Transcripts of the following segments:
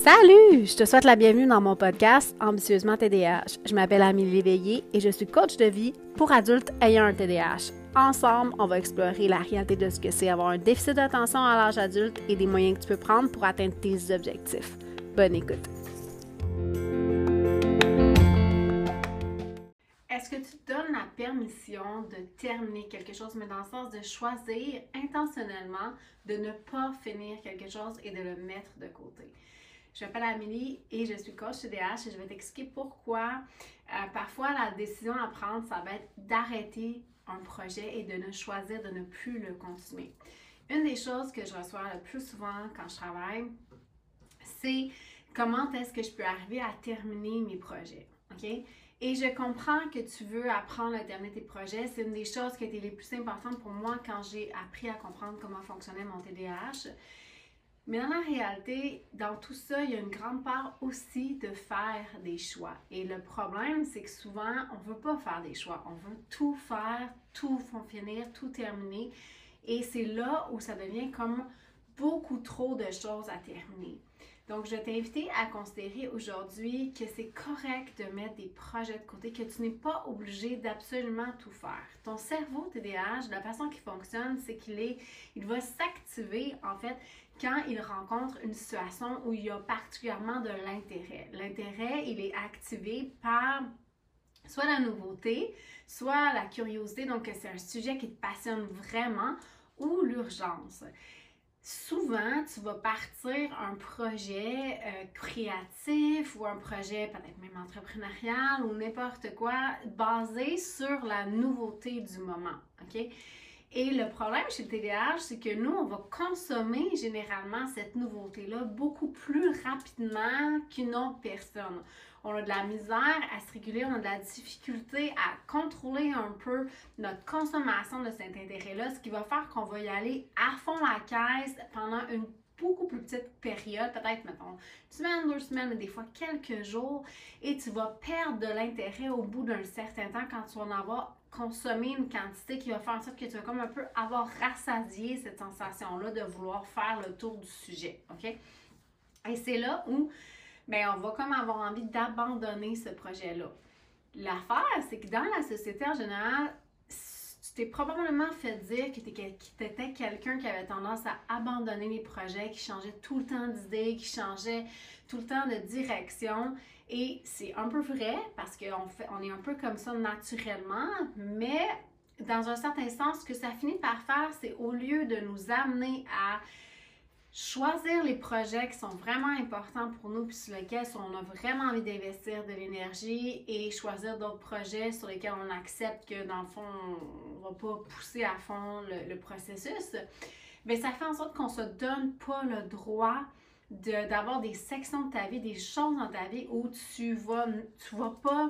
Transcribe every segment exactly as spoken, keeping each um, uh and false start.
Salut! Je te souhaite la bienvenue dans mon podcast Ambitieusement T D A H. Je m'appelle Amélie Léveillé et je suis coach de vie pour adultes ayant un T D A H. Ensemble, on va explorer la réalité de ce que c'est avoir un déficit d'attention à l'âge adulte et des moyens que tu peux prendre pour atteindre tes objectifs. Bonne écoute! Est-ce que tu te donnes la permission de terminer quelque chose, mais dans le sens de choisir intentionnellement de ne pas finir quelque chose et de le mettre de côté? Je m'appelle Amélie et je suis coach T D A H et je vais t'expliquer pourquoi euh, parfois la décision à prendre, ça va être d'arrêter un projet et de ne choisir de ne plus le continuer. Une des choses que je reçois le plus souvent quand je travaille, c'est comment est-ce que je peux arriver à terminer mes projets, ok? Et je comprends que tu veux apprendre à terminer tes projets. C'est une des choses qui a été les plus importantes pour moi quand j'ai appris à comprendre comment fonctionnait mon T D A H. Mais dans la réalité, dans tout ça, il y a une grande part aussi de faire des choix. Et le problème, c'est que souvent, on ne veut pas faire des choix. On veut tout faire, tout finir, tout terminer. Et c'est là où ça devient comme beaucoup trop de choses à terminer. Donc, je vais t'inviter à considérer aujourd'hui que c'est correct de mettre des projets de côté, que tu n'es pas obligé d'absolument tout faire. Ton cerveau T D A H, la façon qu'il fonctionne, c'est qu'il est, il va s'activer en fait quand il rencontre une situation où il y a particulièrement de l'intérêt. L'intérêt, il est activé par soit la nouveauté, soit la curiosité, donc c'est un sujet qui te passionne vraiment, ou l'urgence. Souvent, tu vas partir un projet euh, créatif ou un projet peut-être même entrepreneurial ou n'importe quoi basé sur la nouveauté du moment, ok? Et le problème chez le T D A H, c'est que nous, on va consommer généralement cette nouveauté-là beaucoup plus rapidement qu'une autre personne. On a de la misère à se réguler, on a de la difficulté à contrôler un peu notre consommation de cet intérêt-là, ce qui va faire qu'on va y aller à fond la caisse pendant une beaucoup plus petite période, peut-être, mettons, une semaine, deux semaines, mais des fois quelques jours, et tu vas perdre de l'intérêt au bout d'un certain temps quand tu vas en avoir consommé une quantité qui va faire en sorte que tu vas comme un peu avoir rassasié cette sensation-là de vouloir faire le tour du sujet, ok? Et c'est là où bien, on va comme avoir envie d'abandonner ce projet-là. L'affaire, c'est que dans la société en général, tu t'es probablement fait dire que tu étais quelqu'un qui avait tendance à abandonner les projets, qui changeait tout le temps d'idée, qui changeait tout le temps de direction. Et c'est un peu vrai parce qu'on fait, on est un peu comme ça naturellement, mais dans un certain sens, ce que ça finit par faire, c'est au lieu de nous amener à choisir les projets qui sont vraiment importants pour nous puis sur lesquels on a vraiment envie d'investir de l'énergie et choisir d'autres projets sur lesquels on accepte que dans le fond, on ne va pas pousser à fond le, le processus, bien, ça fait en sorte qu'on ne se donne pas le droit de, d'avoir des sections de ta vie, des choses dans ta vie où tu vas, tu vas pas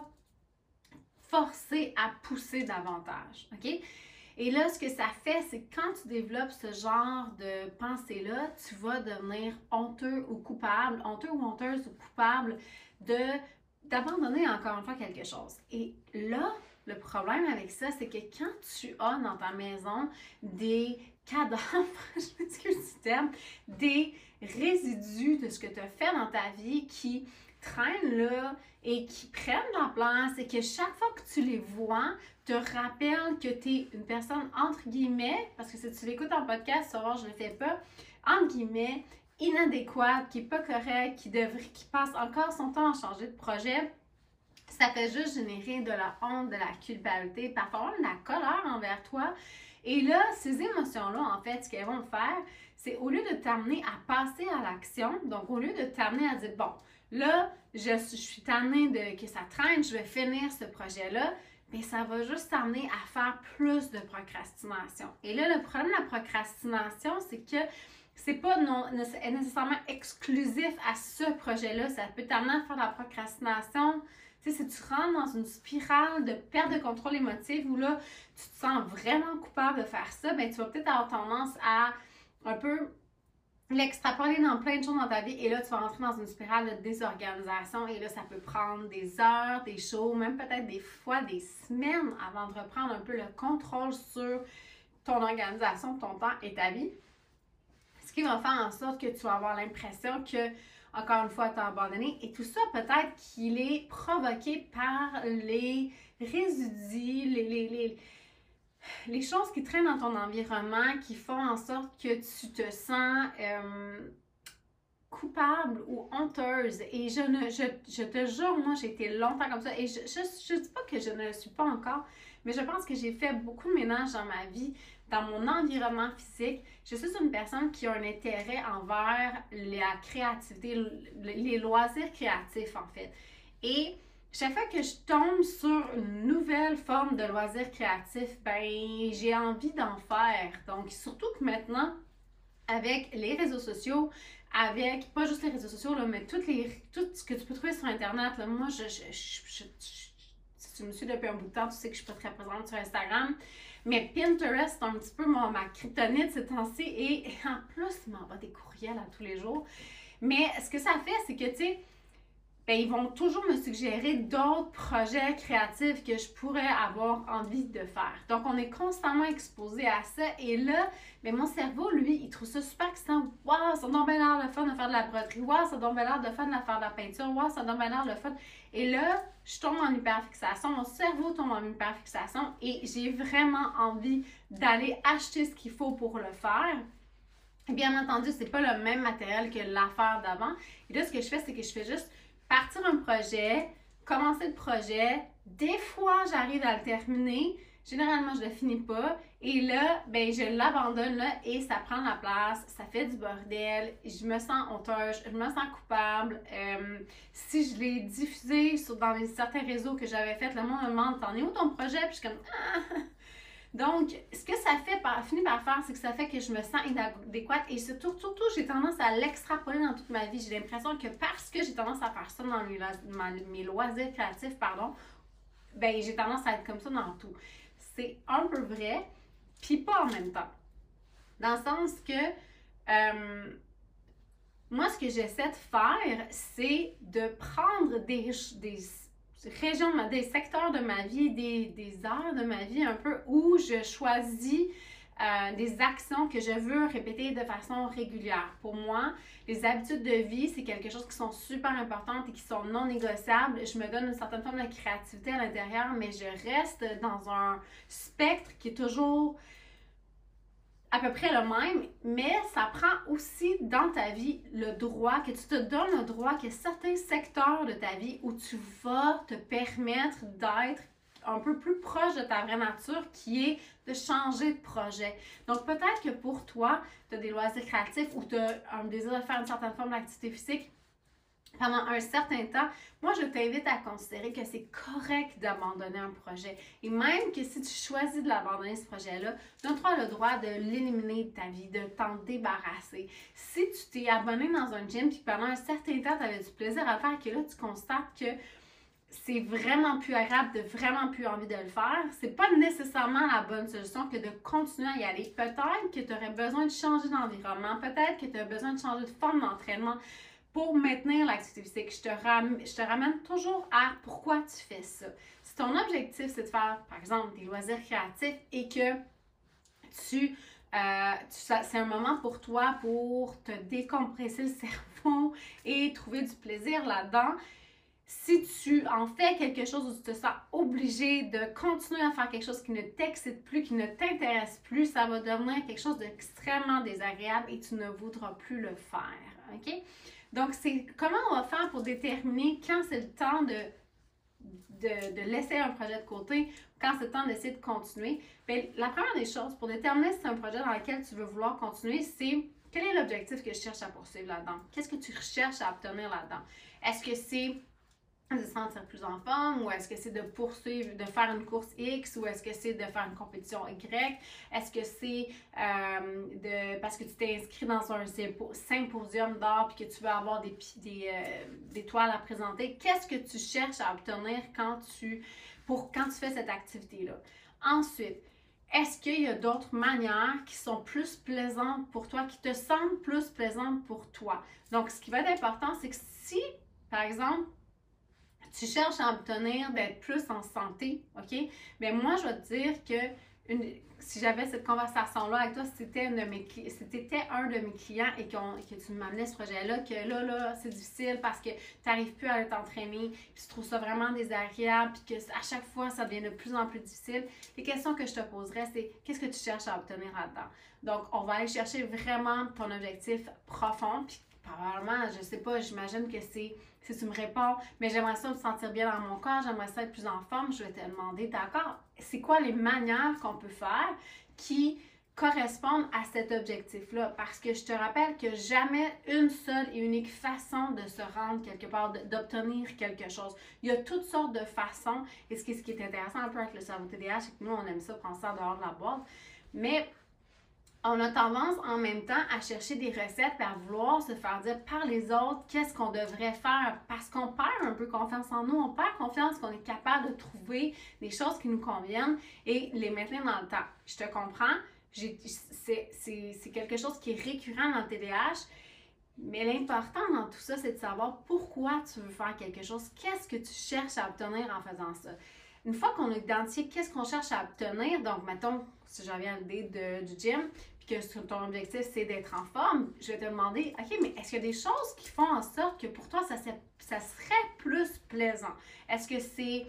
forcer à pousser davantage, ok? Et là, ce que ça fait, c'est que quand tu développes ce genre de pensée-là, tu vas devenir honteux ou coupable, honteux ou honteuse ou coupable de, d'abandonner encore une fois quelque chose. Et là, le problème avec ça, c'est que quand tu as dans ta maison des cadavres, je m'excuse du terme, des résidus de ce que tu as fait dans ta vie qui traînent là et qui prennent de la place et que chaque fois que tu les vois, te rappelle que tu es une personne entre guillemets, parce que si tu l'écoutes en podcast, tu vas voir, je ne le fais pas, entre guillemets, inadéquate, qui n'est pas correcte, qui, devrait, qui passe encore son temps à changer de projet, ça fait juste générer de la honte, de la culpabilité, parfois même de la colère envers toi. Et là, ces émotions-là, en fait, ce qu'elles vont faire, c'est au lieu de t'amener à passer à l'action, donc au lieu de t'amener à dire, bon, là, je, je suis tannée de que ça traîne, je vais finir ce projet-là, mais ça va juste t'amener à faire plus de procrastination. Et là, le problème de la procrastination, c'est que c'est pas non, nécessairement exclusif à ce projet-là. Ça peut t'amener à faire de la procrastination. Tu sais, si tu rentres dans une spirale de perte de contrôle émotif où là, tu te sens vraiment coupable de faire ça, bien, tu vas peut-être avoir tendance à un peu l'extrapoler dans plein de choses dans ta vie et là, tu vas rentrer dans une spirale de désorganisation et là, ça peut prendre des heures, des jours, même peut-être des fois des semaines avant de reprendre un peu le contrôle sur ton organisation, ton temps et ta vie. Ce qui va faire en sorte que tu vas avoir l'impression que encore une fois, t'as abandonné. Et tout ça, peut-être qu'il est provoqué par les résidus, les, les, les, les choses qui traînent dans ton environnement qui font en sorte que tu te sens euh, coupable ou honteuse. Et je, ne, je, je te jure, moi, j'ai été longtemps comme ça. Et je ne dis pas que je ne le suis pas encore, mais je pense que j'ai fait beaucoup de ménage dans ma vie, dans mon environnement physique. Je suis une personne qui a un intérêt envers la créativité, les loisirs créatifs, en fait. Et chaque fois que je tombe sur une nouvelle forme de loisir créatif, ben j'ai envie d'en faire. Donc, surtout que maintenant, avec les réseaux sociaux, avec, pas juste les réseaux sociaux, là, mais toutes les, tout ce que tu peux trouver sur Internet, là, moi, je, je, je, je, je, si tu me suis depuis un bout de temps, tu sais que je suis pas très présente sur Instagram, mais Pinterest, c'est un petit peu mon, ma kryptonite ces temps-ci, et, et en plus, il m'envoie des courriels à tous les jours. Mais ce que ça fait, c'est que, tu sais, ben, ils vont toujours me suggérer d'autres projets créatifs que je pourrais avoir envie de faire. Donc, on est constamment exposé à ça. Et là, ben, mon cerveau, lui, il trouve ça super excitant. Waouh, ça donne bien l'air le fun de faire de la broderie. Waouh, ça donne bien l'air de fun de faire de la peinture. Waouh, ça donne bien l'air le fun. Et là, je tombe en hyperfixation. Mon cerveau tombe en hyperfixation. Et j'ai vraiment envie d'aller acheter ce qu'il faut pour le faire. Bien entendu, c'est pas le même matériel que l'affaire d'avant. Et là, ce que je fais, c'est que je fais juste partir un projet, commencer le projet. Des fois, j'arrive à le terminer. Généralement, je ne le finis pas. Et là, ben, je l'abandonne là et ça prend la place. Ça fait du bordel. Je me sens honteuse. Je me sens coupable. Euh, si je l'ai diffusé sur, dans les, certains réseaux que j'avais fait, le monde me demande, t'en es où ton projet? Puis je suis comme, ah! Donc, ce que ça fait, par, finit par faire, c'est que ça fait que je me sens inadéquate et surtout, surtout, j'ai tendance à l'extrapoler dans toute ma vie. J'ai l'impression que parce que j'ai tendance à faire ça dans mes, mes loisirs créatifs, pardon, ben j'ai tendance à être comme ça dans tout. C'est un peu vrai, puis pas en même temps. Dans le sens que, euh, moi, ce que j'essaie de faire, c'est de prendre des... des régions, des secteurs de ma vie, des, des heures de ma vie un peu où je choisis euh, des actions que je veux répéter de façon régulière. Pour moi, les habitudes de vie, c'est quelque chose qui sont super importantes et qui sont non négociables. Je me donne une certaine forme de créativité à l'intérieur, mais je reste dans un spectre qui est toujours à peu près le même, mais ça prend aussi dans ta vie le droit, que tu te donnes le droit qu'il y a certains secteurs de ta vie où tu vas te permettre d'être un peu plus proche de ta vraie nature, qui est de changer de projet. Donc peut-être que pour toi, tu as des loisirs créatifs ou tu as un désir de faire une certaine forme d'activité physique pendant un certain temps. Moi, je t'invite à considérer que c'est correct d'abandonner un projet. Et même que si tu choisis de l'abandonner, ce projet-là, donne-toi le droit de l'éliminer de ta vie, de t'en débarrasser. Si tu t'es abonné dans un gym et que pendant un certain temps, tu avais du plaisir à le faire et que là, tu constates que c'est vraiment plus agréable, de vraiment plus envie de le faire, c'est pas nécessairement la bonne solution que de continuer à y aller. Peut-être que tu aurais besoin de changer d'environnement, peut-être que tu as besoin de changer de forme d'entraînement pour maintenir l'activité physique. Je te, ram je te ramène toujours à pourquoi tu fais ça. Si ton objectif, c'est de faire, par exemple, des loisirs créatifs et que tu, euh, tu c'est un moment pour toi pour te décompresser le cerveau et trouver du plaisir là-dedans, si tu en fais quelque chose où tu te sens obligé de continuer à faire quelque chose qui ne t'excite plus, qui ne t'intéresse plus, ça va devenir quelque chose d'extrêmement désagréable et tu ne voudras plus le faire. OK? Donc, c'est comment on va faire pour déterminer quand c'est le temps de, de, de laisser un projet de côté, quand c'est le temps d'essayer de continuer. Bien, la première des choses pour déterminer si c'est un projet dans lequel tu veux vouloir continuer, c'est quel est l'objectif que je cherche à poursuivre là-dedans? Qu'est-ce que tu recherches à obtenir là-dedans? Est-ce que c'est de se sentir plus en forme, ou est-ce que c'est de poursuivre, de faire une course X, ou est-ce que c'est de faire une compétition Y? Est-ce que c'est euh, de parce que tu t'es inscrit dans un symposium d'art puis que tu veux avoir des, des, euh, des toiles à présenter? Qu'est-ce que tu cherches à obtenir quand tu, pour, quand tu fais cette activité-là? Ensuite, est-ce qu'il y a d'autres manières qui sont plus plaisantes pour toi, qui te semblent plus plaisantes pour toi? Donc, ce qui va être important, c'est que si, par exemple, tu cherches à obtenir d'être plus en santé, OK? Bien, moi, je vais te dire que une, si j'avais cette conversation-là avec toi, si c'était un de mes, si t'étais un de mes clients et qu'on, que tu m'amenais ce projet-là, que là, là, c'est difficile parce que tu n'arrives plus à t'entraîner, puis tu trouves ça vraiment désagréable, puis qu'à chaque fois, ça devient de plus en plus difficile, les questions que je te poserais, c'est qu'est-ce que tu cherches à obtenir là-dedans? Donc, on va aller chercher vraiment ton objectif profond, puis probablement, je sais pas, j'imagine que c'est, si tu me réponds, mais j'aimerais ça me sentir bien dans mon corps, j'aimerais ça être plus en forme, je vais te demander, d'accord, c'est quoi les manières qu'on peut faire qui correspondent à cet objectif-là? Parce que je te rappelle que jamais une seule et unique façon de se rendre quelque part, d'obtenir quelque chose. Il y a toutes sortes de façons, et ce qui, ce qui est intéressant un peu avec le cerveau T D A H, c'est que nous, on aime ça prendre ça dehors de la boîte, mais on a tendance en même temps à chercher des recettes et à vouloir se faire dire par les autres qu'est-ce qu'on devrait faire parce qu'on perd un peu confiance en nous, on perd confiance qu'on est capable de trouver des choses qui nous conviennent et les maintenir dans le temps. Je te comprends, c'est quelque chose qui est récurrent dans le T D A H, mais l'important dans tout ça, c'est de savoir pourquoi tu veux faire quelque chose, qu'est-ce que tu cherches à obtenir en faisant ça. Une fois qu'on a identifié qu'est-ce qu'on cherche à obtenir, donc mettons, si j'en viens à l'idée du gym, puis que ton objectif c'est d'être en forme, je vais te demander, OK, mais est-ce qu'il y a des choses qui font en sorte que pour toi, ça, ça serait plus plaisant? Est-ce que c'est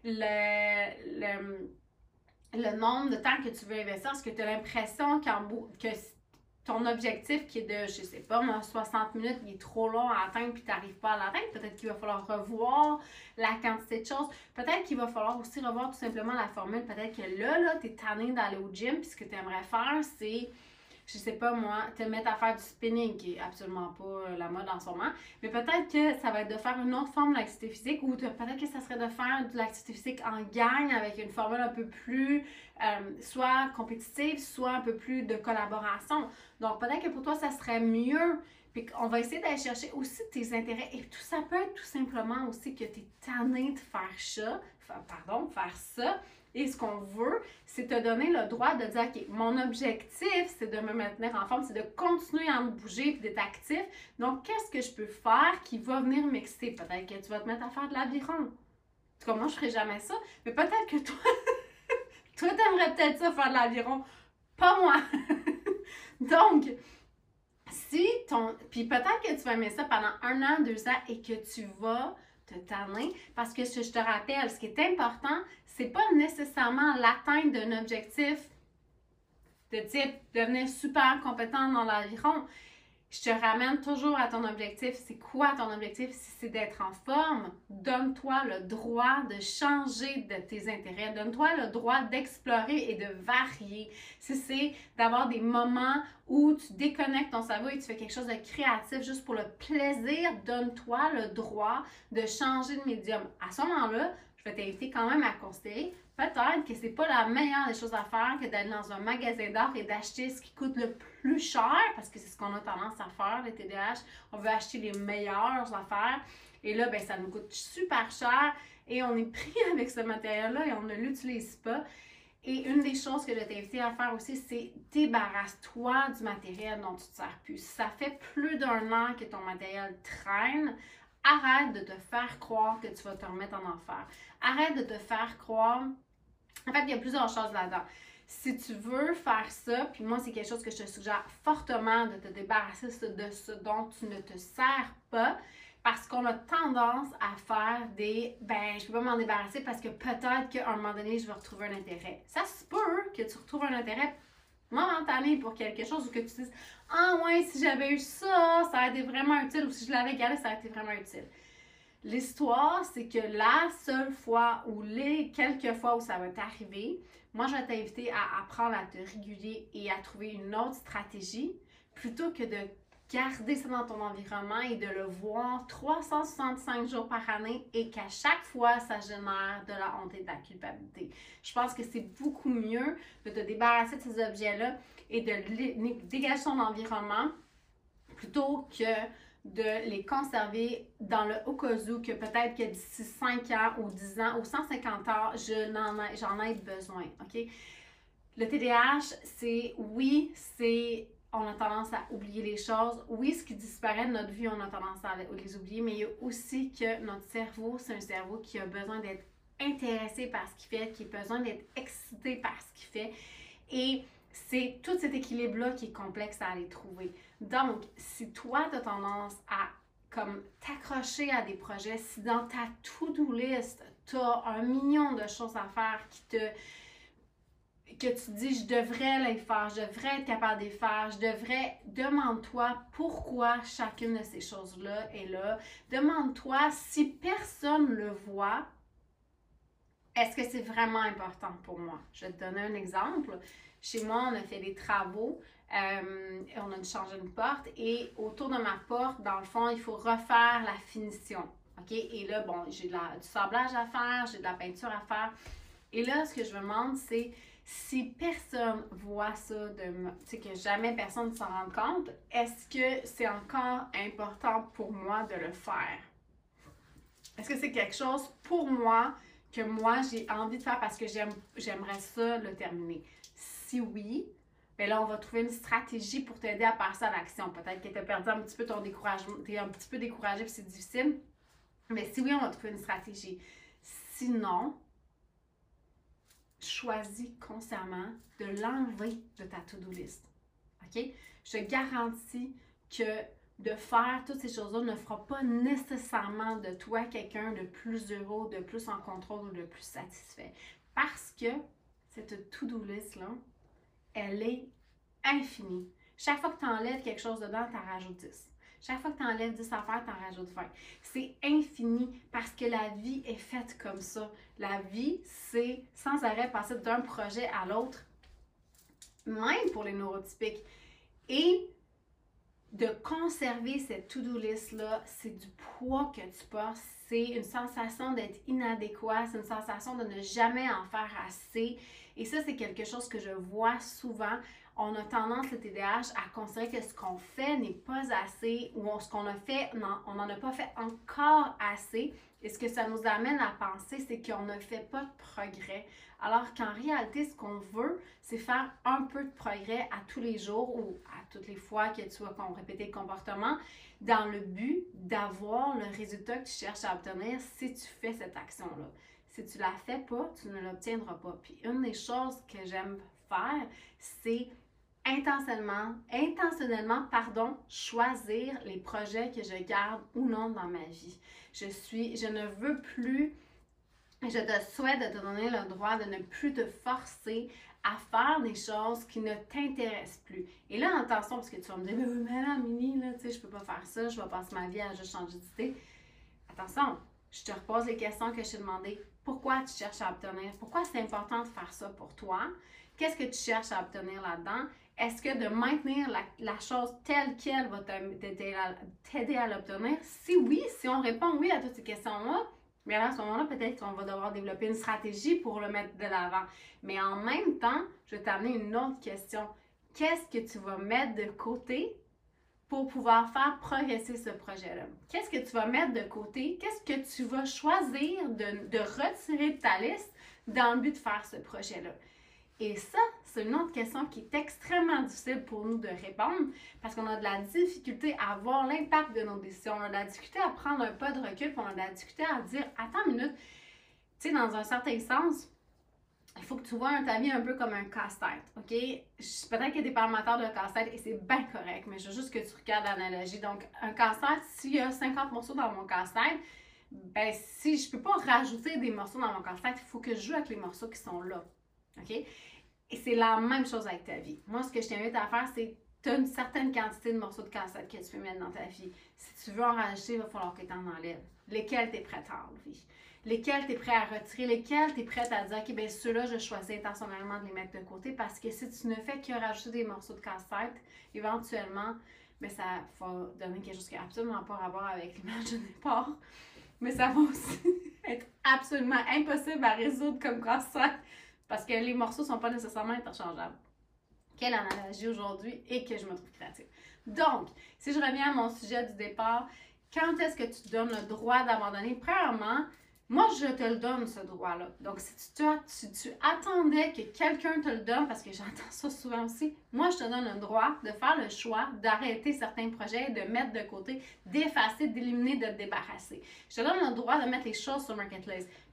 le, le, le nombre de temps que tu veux investir? Est-ce que tu as l'impression que ton objectif qui est de, je sais pas, moi, soixante minutes, il est trop long à atteindre puis tu n'arrives pas à l'atteindre. Peut-être qu'il va falloir revoir la quantité de choses. Peut-être qu'il va falloir aussi revoir tout simplement la formule. Peut-être que là, là, tu es tanné d'aller au gym puis ce que tu aimerais faire, c'est, je sais pas moi, te mettre à faire du spinning, qui est absolument pas la mode en ce moment. Mais peut-être que ça va être de faire une autre forme d'activité physique ou peut-être que ça serait de faire de l'activité physique en gang avec une formule un peu plus euh, soit compétitive, soit un peu plus de collaboration. Donc, peut-être que pour toi, ça serait mieux. Puis on va essayer d'aller chercher aussi tes intérêts. Et tout ça peut être tout simplement aussi que tu es tanné de faire ça, pardon, faire ça. Et ce qu'on veut, c'est te donner le droit de dire, OK, mon objectif, c'est de me maintenir en forme, c'est de continuer à me bouger et d'être actif. Donc, qu'est-ce que je peux faire qui va venir m'exciter? Peut-être que tu vas te mettre à faire de l'aviron. En tout cas, moi, je ne ferai jamais ça. Mais peut-être que toi, toi, tu aimerais peut-être ça, faire de l'aviron. Pas moi. Donc, si ton... Puis peut-être que tu vas aimer ça pendant un an, deux ans et que tu vas te tanner. Parce que je te rappelle, ce qui est important, c'est pas nécessairement l'atteinte d'un objectif de type devenir super compétent dans l'aviron. Je te ramène toujours à ton objectif. C'est quoi ton objectif? Si c'est d'être en forme, donne-toi le droit de changer de tes intérêts. Donne-toi le droit d'explorer et de varier. Si c'est d'avoir des moments où tu déconnectes ton cerveau et tu fais quelque chose de créatif juste pour le plaisir, donne-toi le droit de changer de médium. À ce moment-là, je vais t'inviter quand même à considérer peut-être que c'est pas la meilleure des choses à faire que d'aller dans un magasin d'art et d'acheter ce qui coûte le plus cher, parce que c'est ce qu'on a tendance à faire, les T D A H. On veut acheter les meilleures affaires. Et là, ben, ça nous coûte super cher et on est pris avec ce matériel-là et on ne l'utilise pas. Et une des choses que je vais t'inviter à faire aussi, c'est débarrasse-toi du matériel dont tu ne te sers plus. Si ça fait plus d'un an que ton matériel traîne, arrête de te faire croire que tu vas te remettre en enfer. Arrête de te faire croire... En fait, il y a plusieurs choses là-dedans. Si tu veux faire ça, puis moi, c'est quelque chose que je te suggère fortement de te débarrasser de ce dont tu ne te sers pas, parce qu'on a tendance à faire des « ben, je peux pas m'en débarrasser parce que peut-être qu'à un moment donné, je vais retrouver un intérêt ». Ça se peut que tu retrouves un intérêt momentané pour quelque chose ou que tu dises « ah ouais, si j'avais eu ça, ça a été vraiment utile » ou « si je l'avais gardé, ça a été vraiment utile ». L'histoire, c'est que la seule fois ou les quelques fois où ça va t'arriver, moi, je vais t'inviter à apprendre à te réguler et à trouver une autre stratégie plutôt que de garder ça dans ton environnement et de le voir trois cent soixante-cinq jours par année et qu'à chaque fois, ça génère de la honte et de la culpabilité. Je pense que c'est beaucoup mieux de te débarrasser de ces objets-là et de dégager ton environnement plutôt que de les conserver dans le au cas où que peut-être que d'ici cinq ans ou dix ans ou cent cinquante ans, j'en ai, ai besoin, OK? Le T D A H, c'est, oui, c'est, on a tendance à oublier les choses. Oui, ce qui disparaît de notre vie, on a tendance à les oublier, mais il y a aussi que notre cerveau, c'est un cerveau qui a besoin d'être intéressé par ce qu'il fait, qui a besoin d'être excité par ce qu'il fait. Et c'est tout cet équilibre-là qui est complexe à aller trouver. Donc, si toi, tu as tendance à comme t'accrocher à des projets, si dans ta to-do list, tu as un million de choses à faire qui te que tu te dis, je devrais les faire, je devrais être capable de les faire, je devrais, demande-toi pourquoi chacune de ces choses-là est là. Demande-toi si personne ne le voit, est-ce que c'est vraiment important pour moi? Je vais te donner un exemple. Chez moi, on a fait des travaux, euh, on a changé une porte et autour de ma porte, dans le fond, il faut refaire la finition. OK? Et là, bon, j'ai de la, du sablage à faire, j'ai de la peinture à faire. Et là, ce que je me demande, c'est si personne voit ça, de, tu sais, que jamais personne ne s'en rende compte, est-ce que c'est encore important pour moi de le faire? Est-ce que c'est quelque chose pour moi que moi j'ai envie de faire parce que j'aime, j'aimerais ça le terminer? Si oui, bien là, on va trouver une stratégie pour t'aider à passer à l'action. Peut-être que tu as perdu un petit peu ton découragement, tu es un petit peu découragé et c'est difficile. Mais si oui, on va trouver une stratégie. Sinon, choisis consciemment de l'enlever de ta to-do list. OK? Je te garantis que de faire toutes ces choses-là ne fera pas nécessairement de toi quelqu'un de plus heureux, de plus en contrôle ou de plus satisfait. Parce que cette to-do list-là, elle est infinie. Chaque fois que tu enlèves quelque chose dedans, tu en rajoutes dix. Chaque fois que tu enlèves dix affaires, tu en rajoutes vingt. C'est infini parce que la vie est faite comme ça. La vie, c'est sans arrêt passer d'un projet à l'autre, même pour les neurotypiques. Et de conserver cette to-do list-là, c'est du poids que tu portes. C'est une sensation d'être inadéquat, c'est une sensation de ne jamais en faire assez. Et ça, c'est quelque chose que je vois souvent. On a tendance, le T D A H, à considérer que ce qu'on fait n'est pas assez ou ce qu'on a fait, on n'en a pas fait encore assez. Et ce que ça nous amène à penser, c'est qu'on ne fait pas de progrès. Alors qu'en réalité, ce qu'on veut, c'est faire un peu de progrès à tous les jours ou à toutes les fois que tu vas répéter le comportement dans le but d'avoir le résultat que tu cherches à obtenir si tu fais cette action-là. Si tu ne la fais pas, tu ne l'obtiendras pas. Puis une des choses que j'aime faire, c'est intentionnellement, intentionnellement, pardon, choisir les projets que je garde ou non dans ma vie. Je suis, je ne veux plus, je te souhaite de te donner le droit de ne plus te forcer à faire des choses qui ne t'intéressent plus. Et là, attention, parce que tu vas me dire, mais là, Mini, là, tu sais, je peux pas faire ça, je vais passer ma vie à juste changer d'idée. Attention, je te repose les questions que je t'ai demandées. Pourquoi tu cherches à obtenir? Pourquoi c'est important de faire ça pour toi? Qu'est-ce que tu cherches à obtenir là-dedans? Est-ce que de maintenir la, la chose telle qu'elle va t'aider à l'obtenir? Si oui, si on répond oui à toutes ces questions-là, bien à ce moment-là, peut-être qu'on va devoir développer une stratégie pour le mettre de l'avant. Mais en même temps, je vais t'amener une autre question. Qu'est-ce que tu vas mettre de côté pour pouvoir faire progresser ce projet-là? Qu'est-ce que tu vas mettre de côté? Qu'est-ce que tu vas choisir de, de retirer de ta liste dans le but de faire ce projet-là? Et ça, c'est une autre question qui est extrêmement difficile pour nous de répondre parce qu'on a de la difficulté à voir l'impact de nos décisions. On a de la difficulté à prendre un pas de recul, puis on a de la difficulté à dire « Attends une minute, tu sais, dans un certain sens, il faut que tu vois ta vie un peu comme un casse-tête, OK? Peut-être qu'il y a des parlementaires de casse-tête et c'est bien correct, mais je veux juste que tu regardes l'analogie. Donc, un casse-tête, s'il y a cinquante morceaux dans mon casse-tête, ben si je ne peux pas rajouter des morceaux dans mon casse-tête, il faut que je joue avec les morceaux qui sont là, OK? Et c'est la même chose avec ta vie. Moi, ce que je t'invite à faire, c'est tu as une certaine quantité de morceaux de casse-tête que tu peux mettre dans ta vie. Si tu veux en rajouter, il va falloir que tu en enlèves. Lesquels tu es prête à enlever? Lesquels tu es prêt à retirer? Lesquels tu es prête à dire, OK, bien ceux-là, je choisis intentionnellement de les mettre de côté parce que si tu ne fais que rajouter des morceaux de casse-tête, éventuellement, bien, ça va donner quelque chose qui n'a absolument pas rapport avec l'image de départ. Mais ça va aussi être absolument impossible à résoudre comme casse-tête. Parce que les morceaux ne sont pas nécessairement interchangeables. Quelle analogie aujourd'hui et que je me trouve créative. Donc, si je reviens à mon sujet du départ, quand est-ce que tu te donnes le droit d'abandonner? Premièrement, moi, je te le donne, ce droit-là. Donc, si tu, te, si tu attendais que quelqu'un te le donne, parce que j'entends ça souvent aussi, moi, je te donne le droit de faire le choix d'arrêter certains projets, de mettre de côté, d'effacer, d'éliminer, de te débarrasser. Je te donne le droit de mettre les choses sur Marketplace.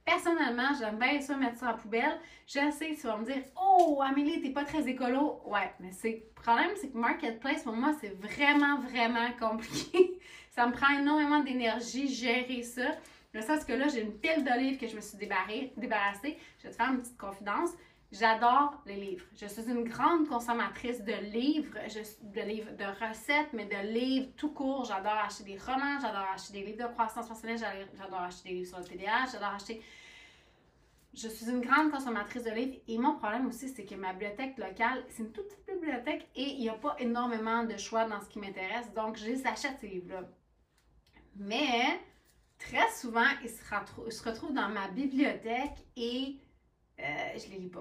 Personnellement, j'aime bien ça mettre ça à la poubelle. Je sais, tu vas me dire, oh, Amélie, t'es pas très écolo. Ouais, mais c'est, le problème, c'est que Marketplace, pour moi, c'est vraiment, vraiment compliqué. Ça me prend énormément d'énergie, gérer ça. Le sens que là, j'ai une pile de livres que je me suis débarrassée. Je vais te faire une petite confidence. J'adore les livres. Je suis une grande consommatrice de livres, je, de livres de recettes, mais de livres tout court. J'adore acheter des romans, j'adore acheter des livres de croissance personnelle, j'adore acheter des livres sur le T D A H, j'adore acheter... Je suis une grande consommatrice de livres et mon problème aussi, c'est que ma bibliothèque locale, c'est une toute petite bibliothèque et il n'y a pas énormément de choix dans ce qui m'intéresse, donc je les achète ces livres-là. Mais très souvent, ils se, retrou- ils se retrouvent dans ma bibliothèque et Euh, je les lis pas.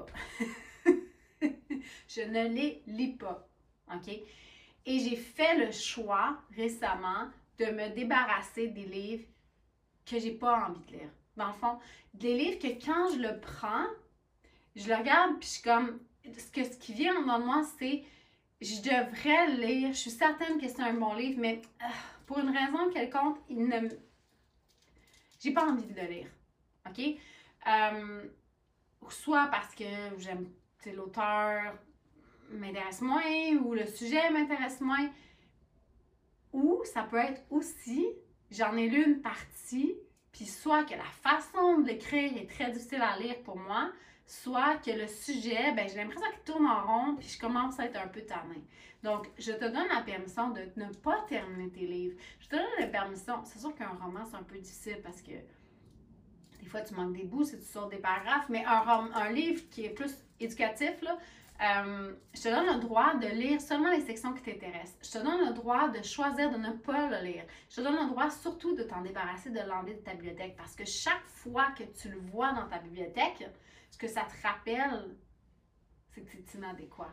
Je ne les lis pas. OK? Et j'ai fait le choix récemment de me débarrasser des livres que j'ai pas envie de lire. Dans le fond, des livres que quand je le prends, je le regarde puis je suis comme, ce, que, ce qui vient en moi, c'est je devrais lire. Je suis certaine que c'est un bon livre, mais euh, pour une raison quelconque, il ne j'ai pas envie de le lire. OK? Euh, soit parce que j'aime l'auteur m'intéresse moins ou le sujet m'intéresse moins, ou ça peut être aussi, j'en ai lu une partie, puis soit que la façon de l'écrire est très difficile à lire pour moi, soit que le sujet, ben j'ai l'impression qu'il tourne en rond, puis je commence à être un peu tannée. Donc, je te donne la permission de ne pas terminer tes livres. Je te donne la permission, c'est sûr qu'un roman, c'est un peu difficile parce que des fois, tu manques des bouts si tu sors des paragraphes, mais un, un livre qui est plus éducatif, là, euh, je te donne le droit de lire seulement les sections qui t'intéressent. Je te donne le droit de choisir de ne pas le lire. Je te donne le droit surtout de t'en débarrasser, de l'enlever de ta bibliothèque, parce que chaque fois que tu le vois dans ta bibliothèque, ce que ça te rappelle, c'est que c'est inadéquat.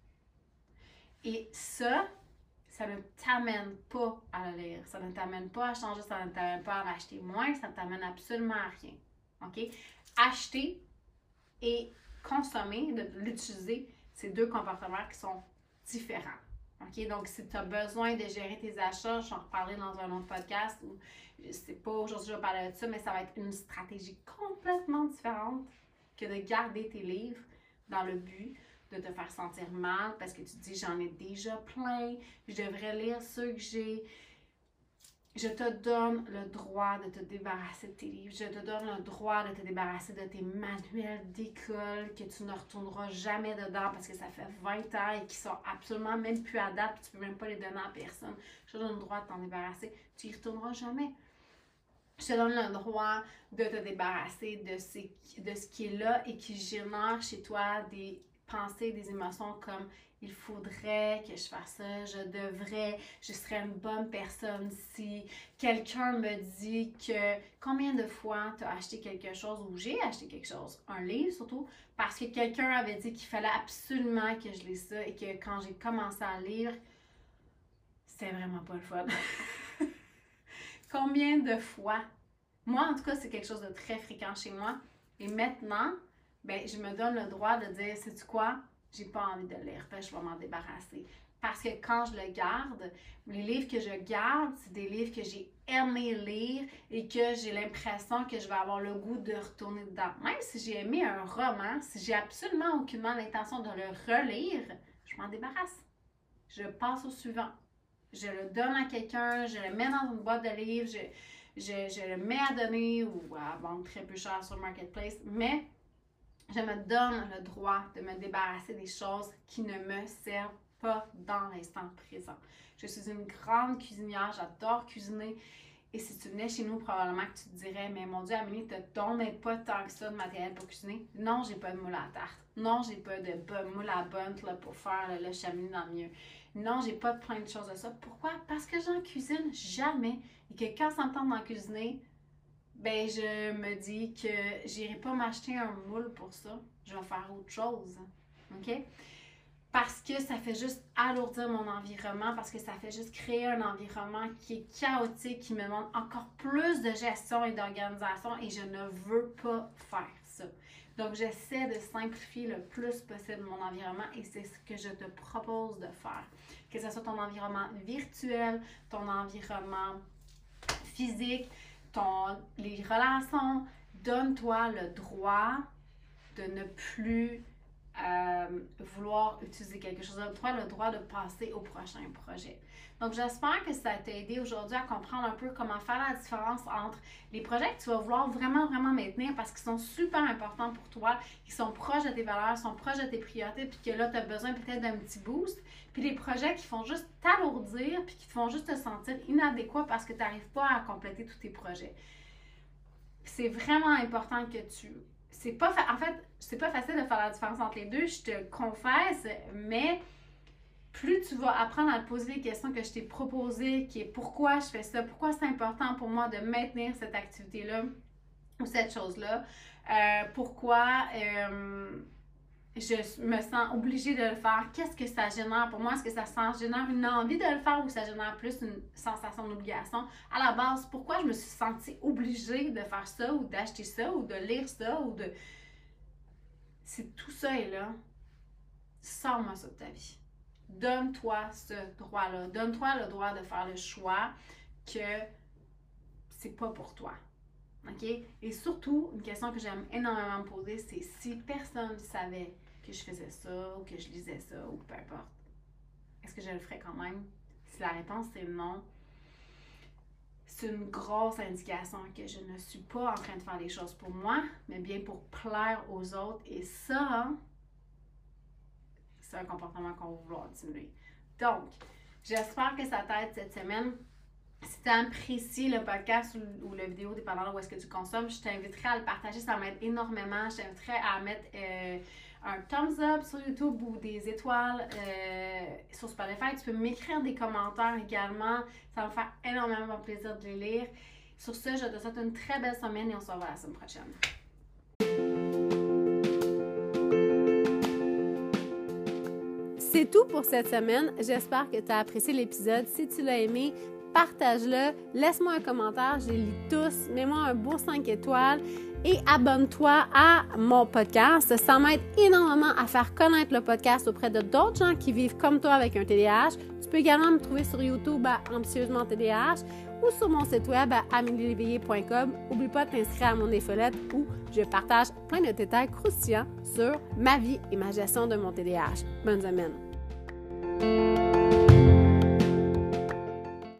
Et ça, ça ne t'amène pas à le lire. Ça ne t'amène pas à changer, ça ne t'amène pas à en acheter moins, ça ne t'amène absolument à rien. OK? Acheter et consommer, de l'utiliser, c'est deux comportements qui sont différents. OK? Donc, si tu as besoin de gérer tes achats, je vais en reparler dans un autre podcast, ou je sais pas, aujourd'hui je vais parler de ça, mais ça va être une stratégie complètement différente que de garder tes livres dans le but de te faire sentir mal parce que tu te dis j'en ai déjà plein, je devrais lire ceux que j'ai. Je te donne le droit de te débarrasser de tes livres, je te donne le droit de te débarrasser de tes manuels d'école que tu ne retourneras jamais dedans parce que ça fait vingt ans et qui sont absolument même plus à date, tu ne peux même pas les donner à personne. Je te donne le droit de t'en débarrasser, tu n'y retourneras jamais. Je te donne le droit de te débarrasser de, ces, de ce qui est là et qui génère chez toi des pensées, des émotions comme il faudrait que je fasse ça, je devrais, je serais une bonne personne si quelqu'un me dit que combien de fois tu as acheté quelque chose ou j'ai acheté quelque chose, un livre surtout, parce que quelqu'un avait dit qu'il fallait absolument que je lise ça et que quand j'ai commencé à lire, c'était vraiment pas le fun. Combien de fois? Moi, en tout cas, c'est quelque chose de très fréquent chez moi. Et maintenant, ben, je me donne le droit de dire, sais-tu quoi? J'ai pas envie de le lire, ben, je vais m'en débarrasser. Parce que quand je le garde, les livres que je garde, c'est des livres que j'ai aimé lire et que j'ai l'impression que je vais avoir le goût de retourner dedans. Même si j'ai aimé un roman, si j'ai absolument aucunement l'intention de le relire, je m'en débarrasse. Je passe au suivant. Je le donne à quelqu'un, je le mets dans une boîte de livres, je, je, je le mets à donner ou à vendre très peu cher sur le Marketplace, mais je me donne le droit de me débarrasser des choses qui ne me servent pas dans l'instant présent. Je suis une grande cuisinière, j'adore cuisiner. Et si tu venais chez nous, probablement que tu te dirais, mais mon Dieu, Amélie, tu ne donnais pas tant que ça de matériel pour cuisiner. Non, j'ai pas de moule à tarte. Non, j'ai pas de moule à bunt là, pour faire le, le chaminé dans le milieu. Non, j'ai pas plein de choses de ça. Pourquoi? Parce que j'en cuisine jamais. Et que quand ça me tente d'en cuisiner, ben je me dis que j'irai pas m'acheter un moule pour ça. Je vais faire autre chose. OK? Parce que ça fait juste alourdir mon environnement, parce que ça fait juste créer un environnement qui est chaotique, qui me demande encore plus de gestion et d'organisation et je ne veux pas faire ça. Donc, j'essaie de simplifier le plus possible mon environnement et c'est ce que je te propose de faire. Que ce soit ton environnement virtuel, ton environnement physique, ton, les relations, donne-toi le droit de ne plus euh, vouloir utiliser quelque chose. Donne-toi le droit de passer au prochain projet. Donc, j'espère que ça t'a aidé aujourd'hui à comprendre un peu comment faire la différence entre les projets que tu vas vouloir vraiment, vraiment maintenir parce qu'ils sont super importants pour toi, qui sont proches de tes valeurs, sont proches de tes priorités, puis que là, tu as besoin peut-être d'un petit boost. Puis les projets qui font juste t'alourdir, puis qui te font juste te sentir inadéquat parce que tu n'arrives pas à compléter tous tes projets. C'est vraiment important que tu... C'est pas fa... En fait, c'est pas facile de faire la différence entre les deux, je te confesse, mais plus tu vas apprendre à te poser les questions que je t'ai proposées, qui est pourquoi je fais ça, pourquoi c'est important pour moi de maintenir cette activité-là ou cette chose-là, euh, pourquoi euh, je me sens obligée de le faire, qu'est-ce que ça génère pour moi, est-ce que ça génère une envie de le faire ou ça génère plus une sensation d'obligation. À la base, pourquoi je me suis sentie obligée de faire ça ou d'acheter ça ou de lire ça ou de... Si tout ça est là, sors-moi ça de ta vie. Donne-toi ce droit-là. Donne-toi le droit de faire le choix que c'est pas pour toi. OK? Et surtout, une question que j'aime énormément me poser, c'est si personne ne savait que je faisais ça ou que je lisais ça ou peu importe, est-ce que je le ferais quand même? Si la réponse est non, c'est une grosse indication que je ne suis pas en train de faire les choses pour moi, mais bien pour plaire aux autres. Et ça, c'est un comportement qu'on va vouloir diminuer. Donc, j'espère que ça t'aide cette semaine. Si tu apprécies le podcast ou, ou la vidéo, dépendant de où est-ce que tu consommes, je t'inviterai à le partager, ça m'aide énormément. Je t'inviterai à mettre euh, un thumbs up sur YouTube ou des étoiles euh, sur Spotify. Tu peux m'écrire des commentaires également. Ça va me faire énormément plaisir de les lire. Sur ce, je te souhaite une très belle semaine et on se revoit la semaine prochaine. C'est tout pour cette semaine. J'espère que tu as apprécié l'épisode. Si tu l'as aimé, partage-le. Laisse-moi un commentaire. Je les lis tous. Mets-moi un beau cinq étoiles et abonne-toi à mon podcast. Ça m'aide énormément à faire connaître le podcast auprès de d'autres gens qui vivent comme toi avec un T D A H. Tu peux également me trouver sur YouTube à Ambitieusement T D A H ou sur mon site web à amélie léveillé point com. N'oublie pas de t'inscrire à mon infolette où je partage plein de détails croustillants sur ma vie et ma gestion de mon T D A H. Bonne semaine!